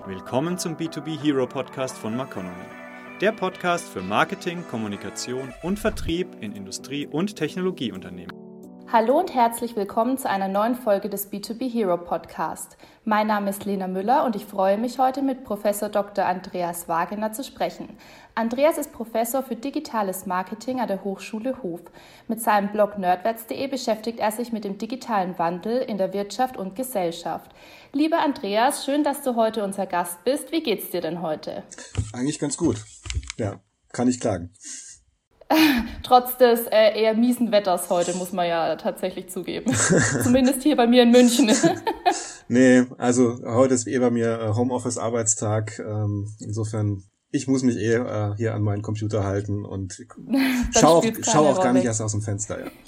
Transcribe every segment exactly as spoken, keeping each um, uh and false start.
Willkommen zum B zwei B Hero Podcast von Maconomy. Der Podcast für Marketing, Kommunikation und Vertrieb in Industrie- und Technologieunternehmen. Hallo und herzlich willkommen zu einer neuen Folge des B zwei B Hero Podcast. Mein Name ist Lena Müller und ich freue mich heute mit Professor Doktor Andreas Wagener zu sprechen. Andreas ist Professor für digitales Marketing an der Hochschule Hof. Mit seinem Blog nerdwärts punkt de beschäftigt er sich mit dem digitalen Wandel in der Wirtschaft und Gesellschaft. Lieber Andreas, schön, dass du heute unser Gast bist. Wie geht's dir denn heute? Eigentlich ganz gut. Ja, kann ich klagen. Trotz des äh, eher miesen Wetters heute, muss man ja tatsächlich zugeben. Zumindest hier bei mir in München. Nee, also heute ist eh bei mir Homeoffice-Arbeitstag. Ähm, insofern, ich muss mich eh äh, hier an meinen Computer halten und schau auch, schau auch gar nicht erst aus dem Fenster. Ja.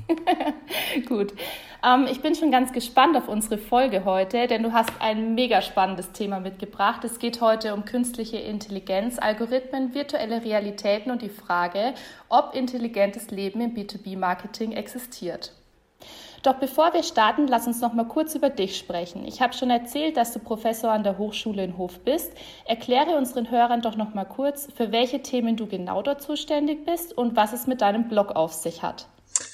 Gut. Ähm, ich bin schon ganz gespannt auf unsere Folge heute, denn du hast ein mega spannendes Thema mitgebracht. Es geht heute um künstliche Intelligenz, Algorithmen, virtuelle Realitäten und die Frage, ob intelligentes Leben im B zwei B-Marketing existiert. Doch bevor wir starten, lass uns noch mal kurz über dich sprechen. Ich habe schon erzählt, dass du Professor an der Hochschule in Hof bist. Erkläre unseren Hörern doch noch mal kurz, für welche Themen du genau dort zuständig bist und was es mit deinem Blog auf sich hat.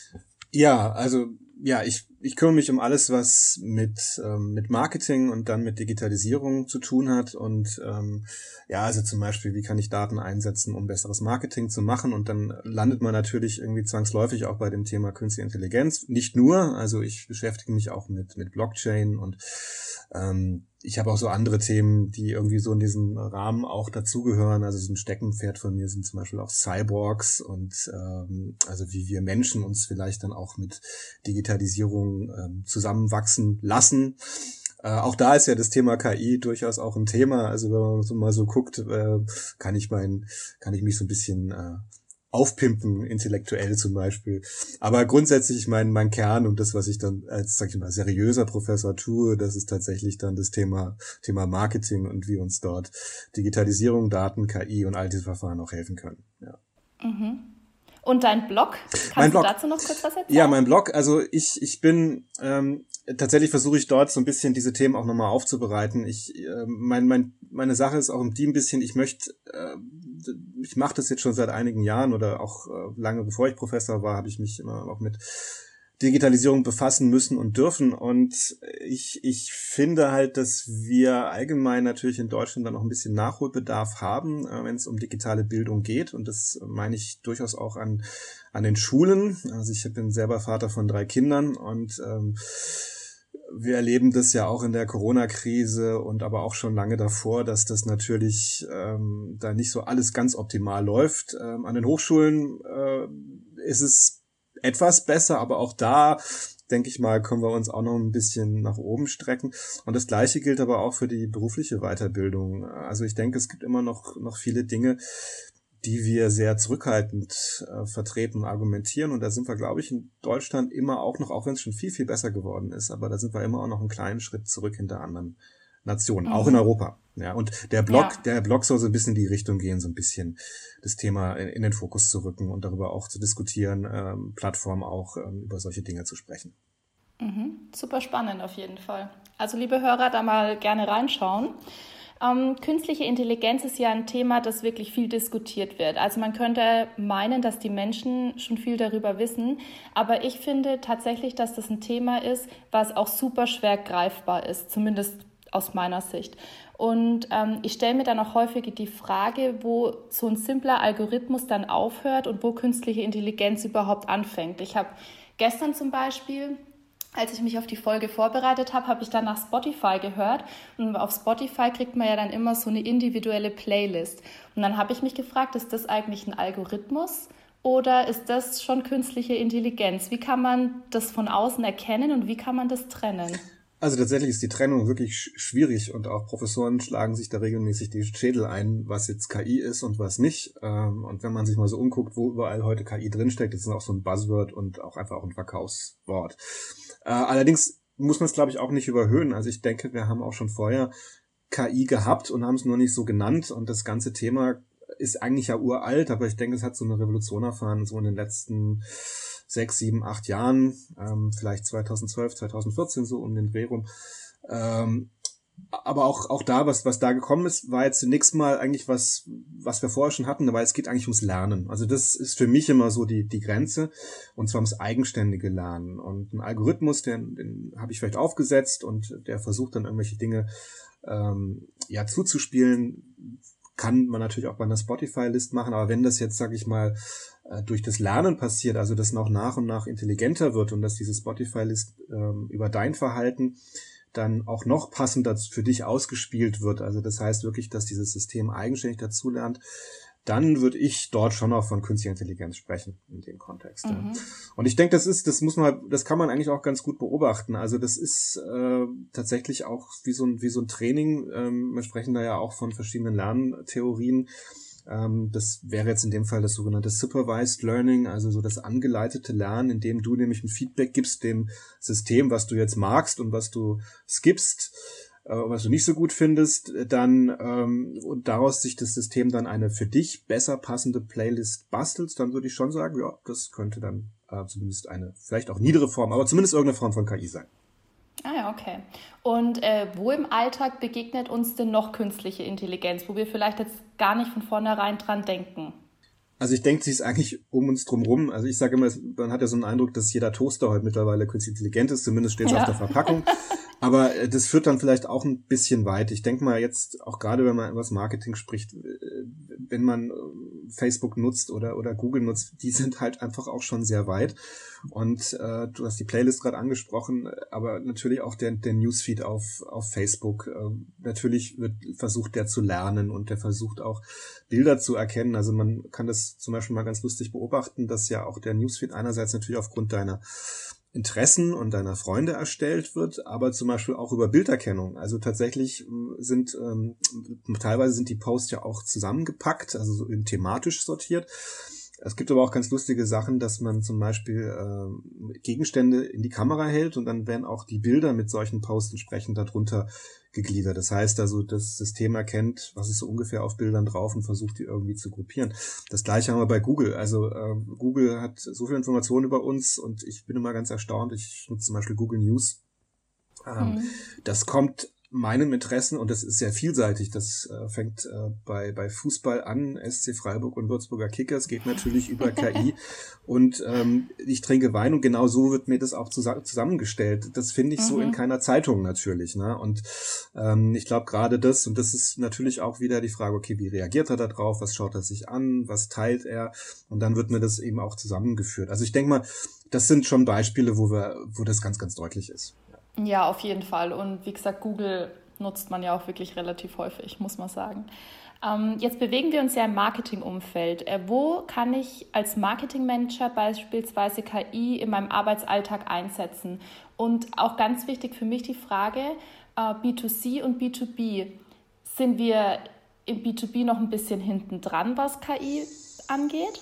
Ja, also ja, ich ich kümmere mich um alles, was mit ähm, mit Marketing und dann mit Digitalisierung zu tun hat und ähm, ja, also zum Beispiel, wie kann ich Daten einsetzen, um besseres Marketing zu machen, und dann landet man natürlich irgendwie zwangsläufig auch bei dem Thema Künstliche Intelligenz. Nicht nur, also ich beschäftige mich auch mit mit Blockchain und ähm, ich habe auch so andere Themen, die irgendwie so in diesen Rahmen auch dazugehören. Also so ein Steckenpferd von mir sind zum Beispiel auch Cyborgs und ähm, also wie wir Menschen uns vielleicht dann auch mit Digitalisierung ähm, zusammenwachsen lassen. Äh, auch da ist ja das Thema K I durchaus auch ein Thema. Also wenn man so mal so guckt, äh, kann ich mein, kann ich mich so ein bisschen äh, aufpimpen, intellektuell zum Beispiel. Aber grundsätzlich mein mein Kern und das, was ich dann als, sag ich mal, seriöser Professor tue, das ist tatsächlich dann das Thema Thema Marketing und wie uns dort Digitalisierung, Daten, K I und all diese Verfahren auch helfen können. Ja. Mhm. Und dein Blog? Kannst mein Blog. du dazu noch kurz was erzählen? Ja, mein Blog, also ich ich bin ähm, tatsächlich versuche ich dort so ein bisschen diese Themen auch nochmal aufzubereiten. Ich äh, mein mein meine Sache ist auch die ein bisschen, ich möchte äh, ich mache das jetzt schon seit einigen Jahren oder auch äh, lange bevor ich Professor war, habe ich mich immer auch mit Digitalisierung befassen müssen und dürfen, und ich ich finde halt, dass wir allgemein natürlich in Deutschland dann noch ein bisschen Nachholbedarf haben, äh, wenn es um digitale Bildung geht, und das meine ich durchaus auch an an den Schulen. Also ich bin selber Vater von drei Kindern und ähm, wir erleben das ja auch in der Corona-Krise und aber auch schon lange davor, dass das natürlich ähm, da nicht so alles ganz optimal läuft. Ähm, an den Hochschulen äh, ist es etwas besser, aber auch da, denke ich mal, können wir uns auch noch ein bisschen nach oben strecken. Und das Gleiche gilt aber auch für die berufliche Weiterbildung. Also ich denke, es gibt immer noch noch viele Dinge, die wir sehr zurückhaltend äh, vertreten und argumentieren. Und da sind wir, glaube ich, in Deutschland immer auch noch, auch wenn es schon viel, viel besser geworden ist, aber da sind wir immer auch noch einen kleinen Schritt zurück hinter anderen Nationen, mhm. auch in Europa. Ja, und der Blog, ja. der Blog soll so ein bisschen in die Richtung gehen, so ein bisschen das Thema in, in den Fokus zu rücken und darüber auch zu diskutieren, ähm, Plattformen auch ähm, über solche Dinge zu sprechen. Mhm. Super spannend auf jeden Fall. Also liebe Hörer, da mal gerne reinschauen. Ähm, künstliche Intelligenz ist ja ein Thema, das wirklich viel diskutiert wird. Also man könnte meinen, dass die Menschen schon viel darüber wissen, aber ich finde tatsächlich, dass das ein Thema ist, was auch super schwer greifbar ist, zumindest aus meiner Sicht. Und ähm, ich stelle mir dann auch häufig die Frage, wo so ein simpler Algorithmus dann aufhört und wo künstliche Intelligenz überhaupt anfängt. Ich habe gestern zum Beispiel, als ich mich auf die Folge vorbereitet habe, habe ich dann nach Spotify gehört. Und auf Spotify kriegt man ja dann immer so eine individuelle Playlist. Und dann habe ich mich gefragt, ist das eigentlich ein Algorithmus oder ist das schon künstliche Intelligenz? Wie kann man das von außen erkennen und wie kann man das trennen? Also tatsächlich ist die Trennung wirklich schwierig und auch Professoren schlagen sich da regelmäßig die Schädel ein, was jetzt K I ist und was nicht. Und wenn man sich mal so umguckt, wo überall heute K I drinsteckt, das ist auch so ein Buzzword und auch einfach auch ein Verkaufswort. Allerdings muss man es, glaube ich, auch nicht überhöhen. Also ich denke, wir haben auch schon vorher K I gehabt und haben es nur nicht so genannt, und das ganze Thema ist eigentlich ja uralt, aber ich denke, es hat so eine Revolution erfahren, so in den letzten sechs, sieben, acht Jahren, ähm, vielleicht zweitausendzwölf, zweitausendvierzehn, so um den Dreh rum. Ähm, aber auch auch da, was was da gekommen ist, war jetzt zunächst mal eigentlich was, was wir vorher schon hatten, weil es geht eigentlich ums Lernen. Also das ist für mich immer so die die Grenze, und zwar ums eigenständige Lernen. Und ein Algorithmus, den, den habe ich vielleicht aufgesetzt und der versucht dann irgendwelche Dinge ähm, ja zuzuspielen. Kann man natürlich auch bei einer Spotify-List machen, aber wenn das jetzt, sage ich mal, durch das Lernen passiert, also dass noch nach und nach intelligenter wird und dass diese Spotify-List ähm, über dein Verhalten dann auch noch passender für dich ausgespielt wird, also das heißt wirklich, dass dieses System eigenständig dazulernt, dann würde ich dort schon auch von künstlicher Intelligenz sprechen in dem Kontext. Mhm. Ja. Und ich denke, das ist, das muss man, das kann man eigentlich auch ganz gut beobachten. Also das ist äh, tatsächlich auch wie so ein wie so ein Training. Ähm, wir sprechen da ja auch von verschiedenen Lerntheorien. Ähm, das wäre jetzt in dem Fall das sogenannte Supervised Learning, also so das angeleitete Lernen, indem du nämlich ein Feedback gibst dem System, was du jetzt magst und was du skippst, äh, was du nicht so gut findest, dann ähm, und daraus sich das System dann eine für dich besser passende Playlist bastelt, dann würde ich schon sagen, ja, das könnte dann äh, zumindest eine, vielleicht auch niedere Form, aber zumindest irgendeine Form von K I sein. Ah ja, okay. Und äh, wo im Alltag begegnet uns denn noch künstliche Intelligenz, wo wir vielleicht jetzt gar nicht von vornherein dran denken? Also ich denke, sie ist eigentlich um uns drum rum. Also ich sage immer, man hat ja so einen Eindruck, dass jeder Toaster heute mittlerweile künstlich intelligent ist, zumindest steht es ja auf der Verpackung. Aber äh, das führt dann vielleicht auch ein bisschen weit. Ich denke mal jetzt, auch gerade wenn man über das Marketing spricht, äh, wenn man äh, Facebook nutzt oder oder Google nutzt, die sind halt einfach auch schon sehr weit. Und äh, du hast die Playlist gerade angesprochen, aber natürlich auch der der Newsfeed auf auf Facebook. Äh, natürlich wird versucht, der zu lernen und der versucht auch Bilder zu erkennen. Also man kann das zum Beispiel mal ganz lustig beobachten, dass ja auch der Newsfeed einerseits natürlich aufgrund deiner Interessen und deiner Freunde erstellt wird, aber zum Beispiel auch über Bilderkennung. Also tatsächlich sind ähm, teilweise sind die Posts ja auch zusammengepackt, also so in thematisch sortiert. Es gibt aber auch ganz lustige Sachen, dass man zum Beispiel äh, Gegenstände in die Kamera hält und dann werden auch die Bilder mit solchen Posts entsprechend darunter gegliedert. Das heißt also, das System erkennt, was ist so ungefähr auf Bildern drauf und versucht die irgendwie zu gruppieren. Das Gleiche haben wir bei Google. Also äh, Google hat so viel Informationen über uns und ich bin immer ganz erstaunt. Ich nutze zum Beispiel Google News. Ähm, mhm. Das kommt meinem Interessen, und das ist sehr vielseitig, das äh, fängt äh, bei bei Fußball an, S C Freiburg und Würzburger Kickers, geht natürlich über K I und ähm, ich trinke Wein und genau so wird mir das auch zus- zusammengestellt. Das finde ich mhm. so in keiner Zeitung natürlich, ne? Und ähm, ich glaube gerade das, und das ist natürlich auch wieder die Frage, okay, wie reagiert er da drauf, was schaut er sich an, was teilt er, und dann wird mir das eben auch zusammengeführt. Also ich denke mal, das sind schon Beispiele, wo wir, wo das ganz, ganz deutlich ist. Ja, auf jeden Fall. Und wie gesagt, Google nutzt man ja auch wirklich relativ häufig, muss man sagen. Ähm, jetzt bewegen wir uns ja im Marketingumfeld. Äh, wo kann ich als Marketingmanager beispielsweise K I in meinem Arbeitsalltag einsetzen? Und auch ganz wichtig für mich die Frage, äh, B zwei C und B zwei B. Sind wir im B zwei B noch ein bisschen hinten dran, was K I angeht?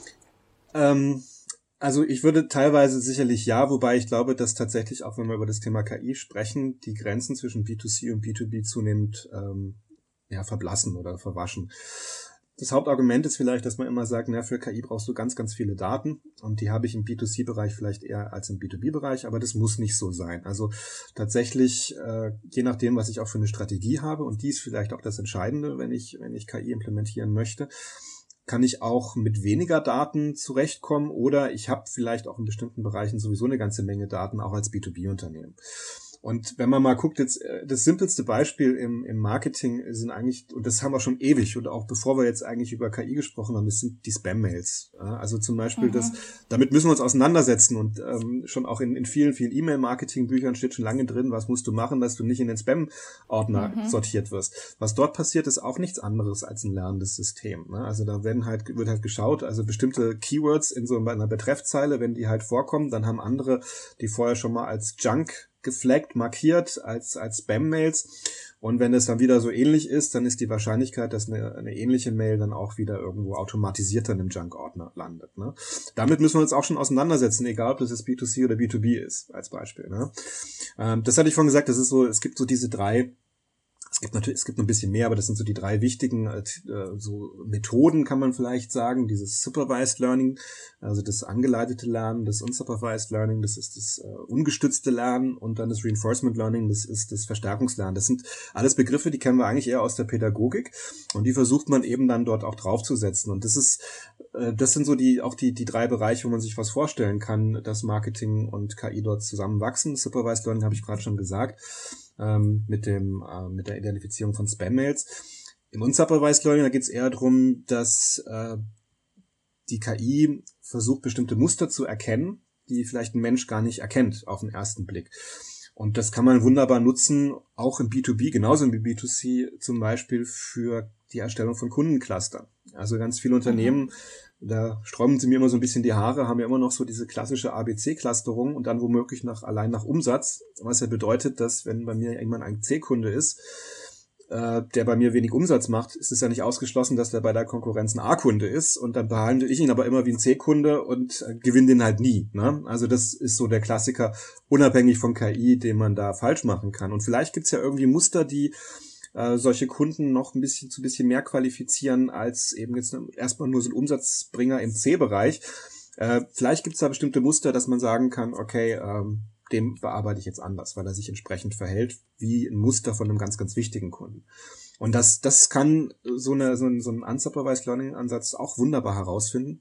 Ähm... Also ich würde teilweise sicherlich ja, wobei ich glaube, dass tatsächlich, auch wenn wir über das Thema K I sprechen, die Grenzen zwischen B zwei C und B zwei B zunehmend ähm, ja, verblassen oder verwaschen. Das Hauptargument ist vielleicht, dass man immer sagt, na, für K I brauchst du ganz, ganz viele Daten und die habe ich im B zwei C-Bereich vielleicht eher als im B zwei B-Bereich, aber das muss nicht so sein. Also tatsächlich, äh, je nachdem, was ich auch für eine Strategie habe, und die ist vielleicht auch das Entscheidende, wenn ich, wenn ich K I implementieren möchte, kann ich auch mit weniger Daten zurechtkommen, oder ich habe vielleicht auch in bestimmten Bereichen sowieso eine ganze Menge Daten, auch als B zwei B-Unternehmen. Und wenn man mal guckt, jetzt das simpelste Beispiel im, im Marketing sind eigentlich, und das haben wir schon ewig, und auch bevor wir jetzt eigentlich über K I gesprochen haben, das sind die Spam-Mails. Also zum Beispiel, mhm. das, damit müssen wir uns auseinandersetzen, und ähm, schon auch in, in vielen, vielen E-Mail-Marketing-Büchern steht schon lange drin, was musst du machen, dass du nicht in den Spam-Ordner mhm. sortiert wirst. Was dort passiert, ist auch nichts anderes als ein lernendes System. Ne? Also da werden halt, wird halt geschaut, also bestimmte Keywords in so einer Betreffzeile, wenn die halt vorkommen, dann haben andere die vorher schon mal als Junk geflaggt, markiert als als Spam-Mails, und wenn es dann wieder so ähnlich ist, dann ist die Wahrscheinlichkeit, dass eine, eine ähnliche Mail dann auch wieder irgendwo automatisiert dann im Junk-Ordner landet. Ne? Damit müssen wir uns auch schon auseinandersetzen, egal ob das jetzt B zwei C oder B zwei B ist, als Beispiel. Ne? Ähm, das hatte ich vorhin gesagt, das ist so, es gibt so diese drei Es gibt natürlich, es gibt noch ein bisschen mehr, aber das sind so die drei wichtigen äh, so Methoden, kann man vielleicht sagen. Dieses Supervised Learning, also das angeleitete Lernen, das Unsupervised Learning, das ist das äh, ungestützte Lernen und dann das Reinforcement Learning, das ist das Verstärkungslernen. Das sind alles Begriffe, die kennen wir eigentlich eher aus der Pädagogik und die versucht man eben dann dort auch draufzusetzen. Und das ist, äh, das sind so die auch die die drei Bereiche, wo man sich was vorstellen kann, dass Marketing und K I dort zusammenwachsen. Supervised Learning habe ich gerade schon gesagt. mit dem äh, mit der Identifizierung von Spam-Mails. Im Unsupervised Learning, da geht es eher darum, dass äh, die K I versucht, bestimmte Muster zu erkennen, die vielleicht ein Mensch gar nicht erkennt auf den ersten Blick. Und das kann man wunderbar nutzen, auch im B zwei B, genauso wie B zwei C, zum Beispiel für die Erstellung von Kundenclustern. Also ganz viele Unternehmen, mhm. da sträuben sie mir immer so ein bisschen die Haare, haben ja immer noch so diese klassische A B C-Clusterung und dann womöglich nach, allein nach Umsatz, was ja bedeutet, dass wenn bei mir irgendwann ein C-Kunde ist, äh, der bei mir wenig Umsatz macht, ist es ja nicht ausgeschlossen, dass der bei der Konkurrenz ein A-Kunde ist und dann behandle ich ihn aber immer wie ein C-Kunde und äh, gewinne den halt nie. Ne? Also das ist so der Klassiker, unabhängig von K I, den man da falsch machen kann. Und vielleicht gibt's ja irgendwie Muster, die äh, solche Kunden noch ein bisschen zu ein bisschen mehr qualifizieren als eben jetzt erstmal nur so ein Umsatzbringer im C-Bereich. Äh, vielleicht gibt's da bestimmte Muster, dass man sagen kann, okay, ähm, dem bearbeite ich jetzt anders, weil er sich entsprechend verhält wie ein Muster von einem ganz, ganz wichtigen Kunden. Und das das kann so, eine, so ein, so ein Unsupervised Learning-Ansatz auch wunderbar herausfinden.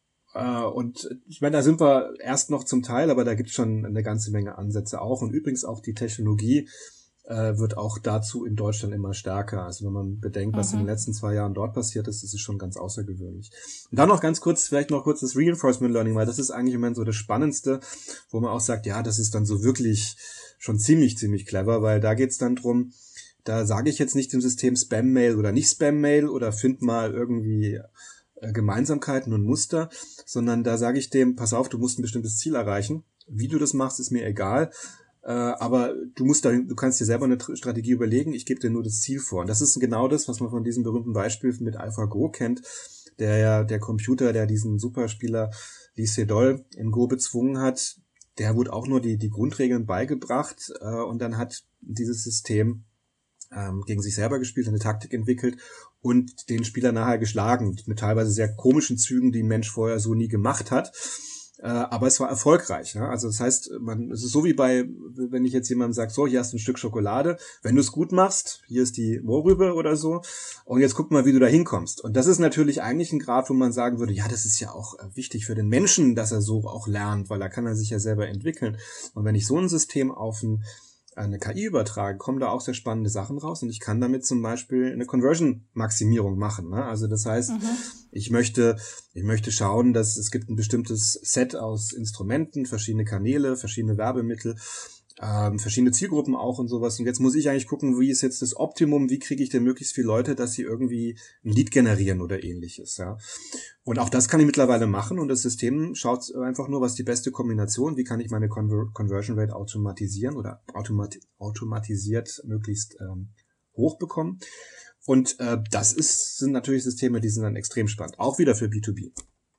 Äh, und ich meine, da sind wir erst noch zum Teil, aber da gibt es schon eine ganze Menge Ansätze auch. Und übrigens auch die Technologie äh, wird auch dazu in Deutschland immer stärker. Also wenn man bedenkt, was mhm. in den letzten zwei Jahren dort passiert ist, das ist schon ganz außergewöhnlich. Und dann noch ganz kurz, vielleicht noch kurz das Reinforcement Learning, weil das ist eigentlich immer so das Spannendste, wo man auch sagt, ja, das ist dann so wirklich schon ziemlich, ziemlich clever, weil da geht's dann drum, da sage ich jetzt nicht dem System Spam-Mail oder nicht Spam-Mail oder find mal irgendwie äh, Gemeinsamkeiten und Muster, sondern da sage ich dem, pass auf, du musst ein bestimmtes Ziel erreichen. Wie du das machst, ist mir egal. Äh, aber du musst da, du kannst dir selber eine Strategie überlegen, ich gebe dir nur das Ziel vor. Und das ist genau das, was man von diesem berühmten Beispiel mit AlphaGo kennt, der ja, der Computer, der diesen Superspieler Lee Sedol in Go bezwungen hat, der wurde auch nur die, die Grundregeln beigebracht, äh, und dann hat dieses System ähm, gegen sich selber gespielt, eine Taktik entwickelt und den Spieler nachher geschlagen, mit teilweise sehr komischen Zügen, die ein Mensch vorher so nie gemacht hat. Aber es war erfolgreich. Ja? Also das heißt, man, es ist so wie bei, wenn ich jetzt jemandem sage, so, hier hast du ein Stück Schokolade, wenn du es gut machst, hier ist die Mohrrübe oder so, und jetzt guck mal, wie du da hinkommst. Und das ist natürlich eigentlich ein Grad, wo man sagen würde, ja, das ist ja auch wichtig für den Menschen, dass er so auch lernt, weil da kann er sich ja selber entwickeln. Und wenn ich so ein System auf ein eine K I übertrage, kommen da auch sehr spannende Sachen raus und ich kann damit zum Beispiel eine Conversion-Maximierung machen. Ne? Also das heißt, mhm. ich möchte ich möchte schauen, dass es gibt ein bestimmtes Set aus Instrumenten, verschiedene Kanäle, verschiedene Werbemittel, ähm, verschiedene Zielgruppen auch und sowas. Und jetzt muss ich eigentlich gucken, wie ist jetzt das Optimum, wie kriege ich denn möglichst viele Leute, dass sie irgendwie ein Lead generieren oder ähnliches. Ja. Und auch das kann ich mittlerweile machen und das System schaut einfach nur, was die beste Kombination, wie kann ich meine Conver- Conversion Rate automatisieren oder automat- automatisiert möglichst ähm, hoch bekommen. Und äh, das ist, sind natürlich Systeme, die sind dann extrem spannend, auch wieder für B zwei B.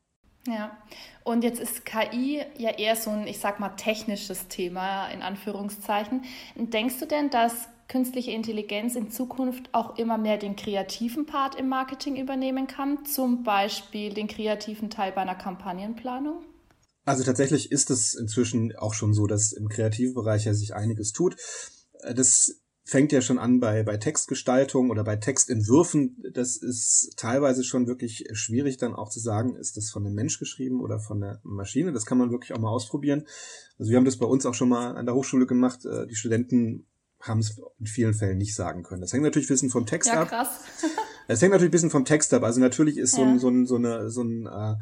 Ja, und jetzt ist K I ja eher so ein, ich sag mal, technisches Thema, in Anführungszeichen. Denkst du denn, dass künstliche Intelligenz in Zukunft auch immer mehr den kreativen Part im Marketing übernehmen kann, zum Beispiel den kreativen Teil bei einer Kampagnenplanung? Also tatsächlich ist es inzwischen auch schon so, dass im kreativen Bereich ja sich einiges tut. Das fängt ja schon an bei bei Textgestaltung oder bei Textentwürfen. Das ist teilweise schon wirklich schwierig dann auch zu sagen, ist das von einem Mensch geschrieben oder von der Maschine. Das kann man wirklich auch mal ausprobieren. Also wir haben das bei uns auch schon mal an der Hochschule gemacht. Die Studenten haben es in vielen Fällen nicht sagen können. Das hängt natürlich ein bisschen vom Text ja, ab. Krass. Das hängt natürlich ein bisschen vom Text ab. Also natürlich ist so ja. ein so ein so eine so ein äh,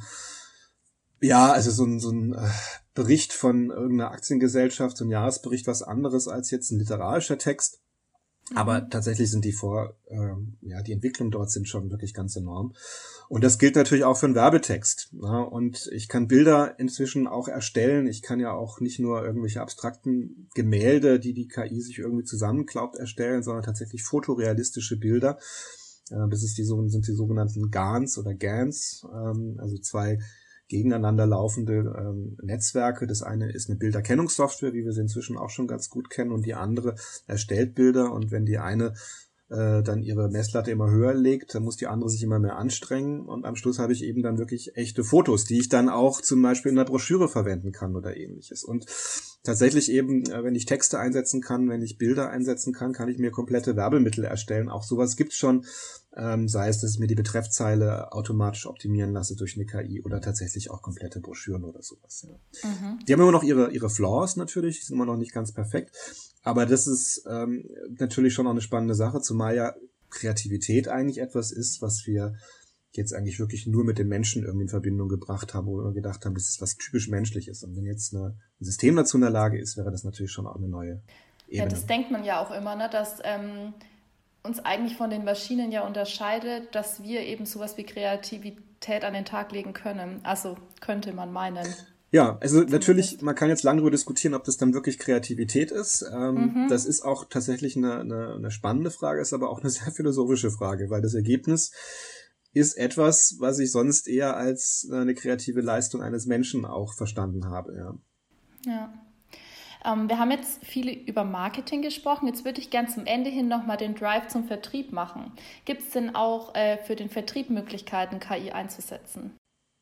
ja, also so ein so ein äh, Bericht von irgendeiner Aktiengesellschaft, so ein Jahresbericht was anderes als jetzt ein literarischer Text. Aber tatsächlich sind die vor, ähm, ja, die Entwicklungen dort sind schon wirklich ganz enorm. Und das gilt natürlich auch für einen Werbetext. Ja, und ich kann Bilder inzwischen auch erstellen. Ich kann ja auch nicht nur irgendwelche abstrakten Gemälde, die die K I sich irgendwie zusammenklaubt, erstellen, sondern tatsächlich fotorealistische Bilder. Äh, das ist die, sind die sogenannten G A Ns oder G A Ns, ähm, also zwei gegeneinander laufende ähm, Netzwerke. Das eine ist eine Bilderkennungssoftware, wie wir sie inzwischen auch schon ganz gut kennen, und die andere erstellt Bilder. Und wenn die eine äh, dann ihre Messlatte immer höher legt, dann muss die andere sich immer mehr anstrengen und am Schluss habe ich eben dann wirklich echte Fotos, die ich dann auch zum Beispiel in einer Broschüre verwenden kann oder ähnliches. Und tatsächlich eben, äh, wenn ich Texte einsetzen kann, wenn ich Bilder einsetzen kann, kann ich mir komplette Werbemittel erstellen. Auch sowas gibt's schon, ähm, sei es, dass ich mir die Betreffzeile automatisch optimieren lasse durch eine K I oder tatsächlich auch komplette Broschüren oder sowas. Ja. Mhm. Die haben immer noch ihre ihre Flaws natürlich, die sind immer noch nicht ganz perfekt, aber das ist ähm, natürlich schon auch eine spannende Sache, zumal ja Kreativität eigentlich etwas ist, was wir jetzt eigentlich wirklich nur mit den Menschen irgendwie in Verbindung gebracht haben, wo wir gedacht haben, das ist was typisch Menschliches. Und wenn jetzt eine, ein System dazu in der Lage ist, wäre das natürlich schon auch eine neue Ebene. Ja, das denkt man ja auch immer, ne, dass ähm, uns eigentlich von den Maschinen ja unterscheidet, dass wir eben sowas wie Kreativität an den Tag legen können. Also könnte man meinen. Ja, also natürlich, man kann jetzt lange darüber diskutieren, ob das dann wirklich Kreativität ist. Ähm, mhm. Das ist auch tatsächlich eine, eine, eine spannende Frage, ist aber auch eine sehr philosophische Frage, weil das Ergebnis ist etwas, was ich sonst eher als eine kreative Leistung eines Menschen auch verstanden habe. Ja. Ja. Ähm, wir haben jetzt viel über Marketing gesprochen. Jetzt würde ich gern zum Ende hin nochmal den Drive zum Vertrieb machen. Gibt es denn auch äh, für den Vertrieb Möglichkeiten, K I einzusetzen?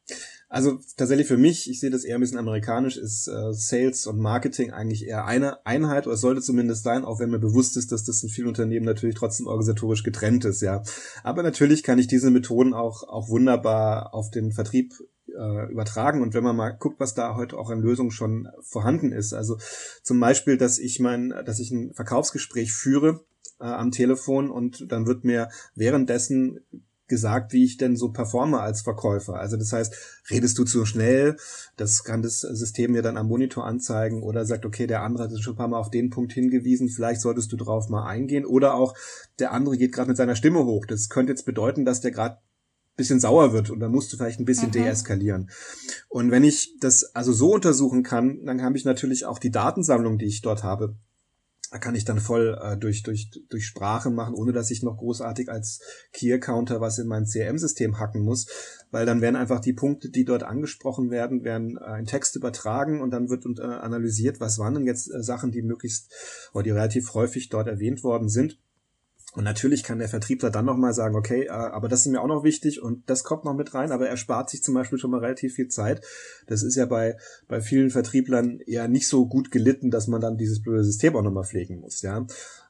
Also tatsächlich für mich, ich sehe das eher ein bisschen amerikanisch, ist äh, Sales und Marketing eigentlich eher eine Einheit, oder es sollte zumindest sein, auch wenn mir bewusst ist, dass das in vielen Unternehmen natürlich trotzdem organisatorisch getrennt ist, ja. Aber natürlich kann ich diese Methoden auch auch wunderbar auf den Vertrieb äh, übertragen. Und wenn man mal guckt, was da heute auch an Lösungen schon vorhanden ist, also zum Beispiel, dass ich mein, dass ich ein Verkaufsgespräch führe äh, am Telefon und dann wird mir währenddessen gesagt, wie ich denn so performe als Verkäufer. Also das heißt, redest du zu schnell, das kann das System mir dann am Monitor anzeigen oder sagt, okay, der andere hat schon ein paar Mal auf den Punkt hingewiesen, vielleicht solltest du drauf mal eingehen. Oder auch, der andere geht gerade mit seiner Stimme hoch. Das könnte jetzt bedeuten, dass der gerade ein bisschen sauer wird und dann musst du vielleicht ein bisschen mhm. deeskalieren. Und wenn ich das also so untersuchen kann, dann habe ich natürlich auch die Datensammlung, die ich dort habe, da kann ich dann voll äh, durch durch durch Sprache machen, ohne dass ich noch großartig als Key-Accounter was in mein C R M-System hacken muss, weil dann werden einfach die Punkte, die dort angesprochen werden, werden äh, in Text übertragen und dann wird äh, analysiert, was waren denn jetzt äh, Sachen, die möglichst oder die relativ häufig dort erwähnt worden sind. Und natürlich kann der Vertriebler dann nochmal sagen, okay, äh, aber das ist mir auch noch wichtig und das kommt noch mit rein, aber er spart sich zum Beispiel schon mal relativ viel Zeit. Das ist ja bei bei vielen Vertrieblern eher nicht so gut gelitten, dass man dann dieses blöde System auch nochmal pflegen muss, ja.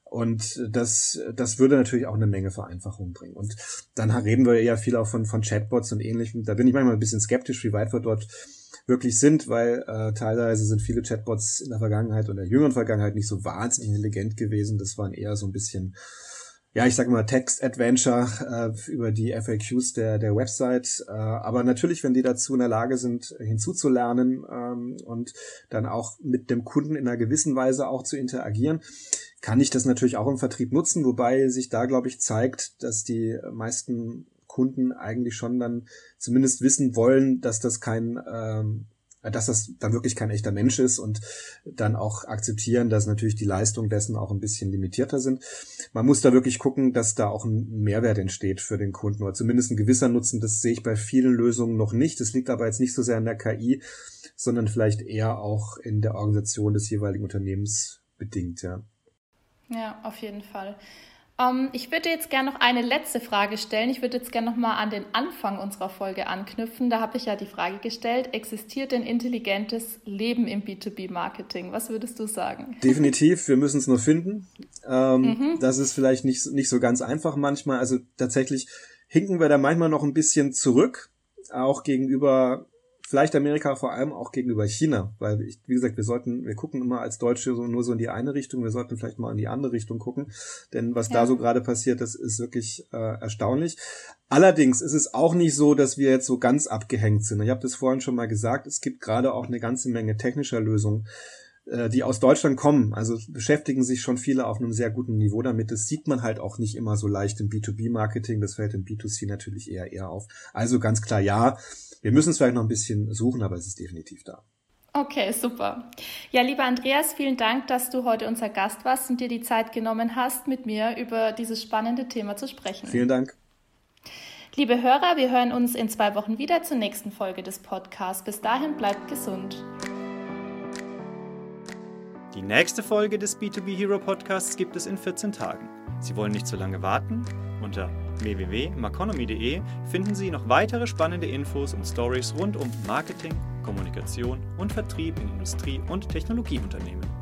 Und das das würde natürlich auch eine Menge Vereinfachung bringen. Und dann reden wir ja viel auch von von Chatbots und Ähnlichem. Da bin ich manchmal ein bisschen skeptisch, wie weit wir dort wirklich sind, weil äh, teilweise sind viele Chatbots in der Vergangenheit und der jüngeren Vergangenheit nicht so wahnsinnig intelligent gewesen. Das waren eher so ein bisschen, ja, ich sage mal Text-Adventure äh, über die F A Qs der der Website. Äh, aber natürlich, wenn die dazu in der Lage sind, hinzuzulernen ähm, und dann auch mit dem Kunden in einer gewissen Weise auch zu interagieren, kann ich das natürlich auch im Vertrieb nutzen. Wobei sich da, glaube ich, zeigt, dass die meisten Kunden eigentlich schon dann zumindest wissen wollen, dass das kein ähm, dass das dann wirklich kein echter Mensch ist und dann auch akzeptieren, dass natürlich die Leistung dessen auch ein bisschen limitierter sind. Man muss da wirklich gucken, dass da auch ein Mehrwert entsteht für den Kunden oder zumindest ein gewisser Nutzen. Das sehe ich bei vielen Lösungen noch nicht. Das liegt aber jetzt nicht so sehr an der K I, sondern vielleicht eher auch in der Organisation des jeweiligen Unternehmens bedingt, ja. Ja, auf jeden Fall. Um, ich würde jetzt gerne noch eine letzte Frage stellen. Ich würde jetzt gerne noch mal an den Anfang unserer Folge anknüpfen. Da habe ich ja die Frage gestellt, existiert denn intelligentes Leben im B zwei B-Marketing? Was würdest du sagen? Definitiv, wir müssen es nur finden. Ähm, mhm. Das ist vielleicht nicht, nicht so ganz einfach manchmal. Also tatsächlich hinken wir da manchmal noch ein bisschen zurück, auch gegenüber vielleicht Amerika, vor allem auch gegenüber China, weil, ich, wie gesagt, wir sollten, wir gucken immer als Deutsche so, nur so in die eine Richtung, wir sollten vielleicht mal in die andere Richtung gucken, denn was ja. da so gerade passiert, das ist wirklich äh, erstaunlich. Allerdings ist es auch nicht so, dass wir jetzt so ganz abgehängt sind. Ich habe das vorhin schon mal gesagt, es gibt gerade auch eine ganze Menge technischer Lösungen, äh, die aus Deutschland kommen, also beschäftigen sich schon viele auf einem sehr guten Niveau damit. Das sieht man halt auch nicht immer so leicht im B zwei B-Marketing, das fällt im B zwei C natürlich eher eher auf. Also ganz klar, ja, wir müssen es vielleicht noch ein bisschen suchen, aber es ist definitiv da. Okay, super. Ja, lieber Andreas, vielen Dank, dass du heute unser Gast warst und dir die Zeit genommen hast, mit mir über dieses spannende Thema zu sprechen. Vielen Dank. Liebe Hörer, wir hören uns in zwei Wochen wieder zur nächsten Folge des Podcasts. Bis dahin bleibt gesund. Die nächste Folge des B zwei B Hero Podcasts gibt es in vierzehn Tagen. Sie wollen nicht zu lange warten? Unter w w w punkt maconomy punkt de finden Sie noch weitere spannende Infos und Stories rund um Marketing, Kommunikation und Vertrieb in Industrie- und Technologieunternehmen.